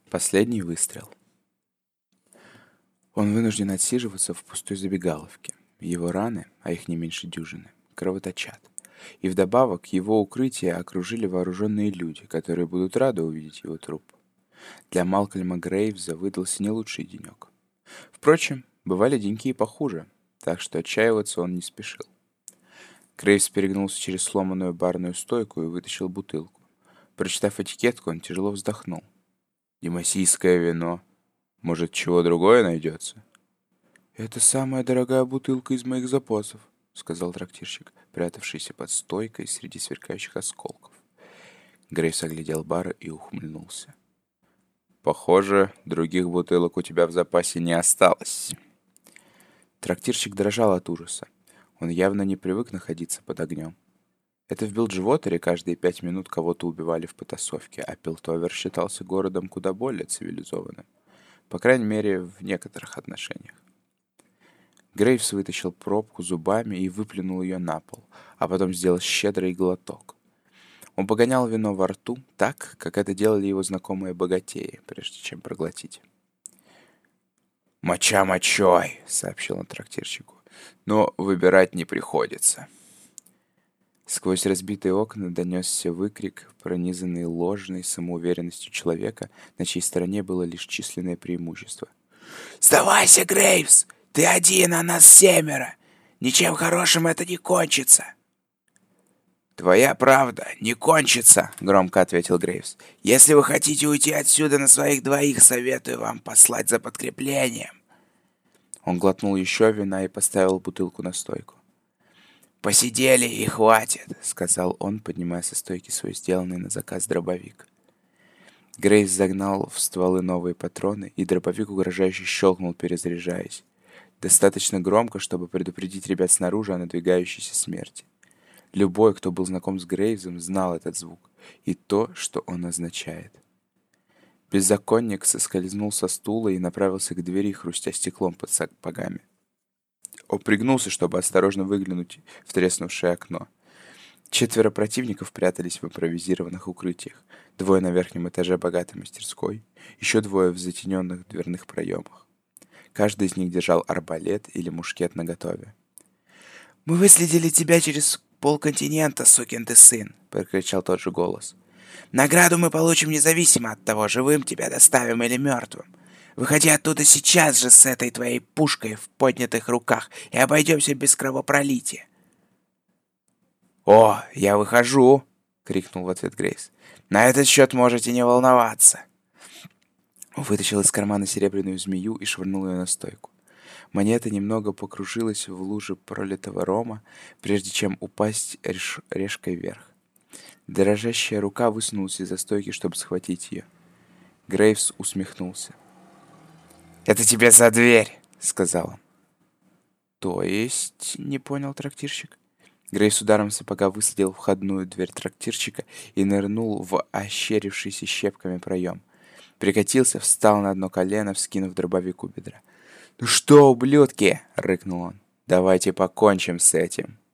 Последний выстрел. Он вынужден отсиживаться в пустой забегаловке. Его раны, а их не меньше дюжины, кровоточат. И вдобавок его укрытие окружили вооруженные люди, которые будут рады увидеть его труп. Для Малкольма Грейвза выдался не лучший денек. Впрочем, бывали деньки и похуже, так что отчаиваться он не спешил. Грейвс перегнулся через сломанную барную стойку и вытащил бутылку. Прочитав этикетку, он тяжело вздохнул. «Демосийское вино. Может, чего другое найдется?» «Это самая дорогая бутылка из моих запасов», — сказал трактирщик, прятавшийся под стойкой среди сверкающих осколков. Грейвс оглядел бар и ухмыльнулся. «Похоже, других бутылок у тебя в запасе не осталось». Трактирщик дрожал от ужаса. Он явно не привык находиться под огнем. Это в Билджвотере каждые 5 минут кого-то убивали в потасовке, а Пилтовер считался городом куда более цивилизованным. По крайней мере, в некоторых отношениях. Грейвс вытащил пробку зубами и выплюнул ее на пол, а потом сделал щедрый глоток. Он погонял вино во рту так, как это делали его знакомые богатеи, прежде чем проглотить. «Моча мочой», — сообщил он трактирщику, — «но выбирать не приходится». Сквозь разбитые окна донесся выкрик, пронизанный ложной самоуверенностью человека, на чьей стороне было лишь численное преимущество. «Сдавайся, Грейвс! Ты один, а нас 7! Ничем хорошим это не кончится!» «Твоя правда не кончится», — громко ответил Грейвс. «Если вы хотите уйти отсюда на своих двоих, советую вам послать за подкреплением». Он глотнул еще вина и поставил бутылку на стойку. «Посидели и хватит», — сказал он, поднимая со стойки свой сделанный на заказ дробовик. Грейвс загнал в стволы новые патроны, и дробовик угрожающе щелкнул, перезаряжаясь. Достаточно громко, чтобы предупредить ребят снаружи о надвигающейся смерти. Любой, кто был знаком с Грейвсом, знал этот звук и то, что он означает. Беззаконник соскользнул со стула и направился к двери, хрустя стеклом под сапогами. Он пригнулся, чтобы осторожно выглянуть в треснувшее окно. 4 противников прятались в импровизированных укрытиях. 2 на верхнем этаже богатой мастерской, еще 2 в затененных дверных проемах. Каждый из них держал арбалет или мушкет наготове. «Мы выследили тебя через полконтинента, сукин ты сын!» — прокричал тот же голос. «Награду мы получим независимо от того, живым тебя доставим или мертвым. Выходи оттуда сейчас же с этой твоей пушкой в поднятых руках и обойдемся без кровопролития». «О, я выхожу!» — крикнул в ответ Грейвс. «На этот счет можете не волноваться». Он вытащил из кармана серебряную змею и швырнул ее на стойку. Монета немного покружилась в луже пролитого рома, прежде чем упасть решкой вверх. Дрожащая рука высунулась из-за стойки, чтобы схватить ее. Грейвс усмехнулся. «Это тебе за дверь!» — сказал он. «То есть?» — не понял трактирщик. Грейвс ударом сапога высадил входную дверь трактирщика и нырнул в ощерившийся щепками проем. Прикатился, встал на одно колено, вскинув дробовик у бедра. «Ну что, ублюдки!» — рыкнул он. «Давайте покончим с этим!»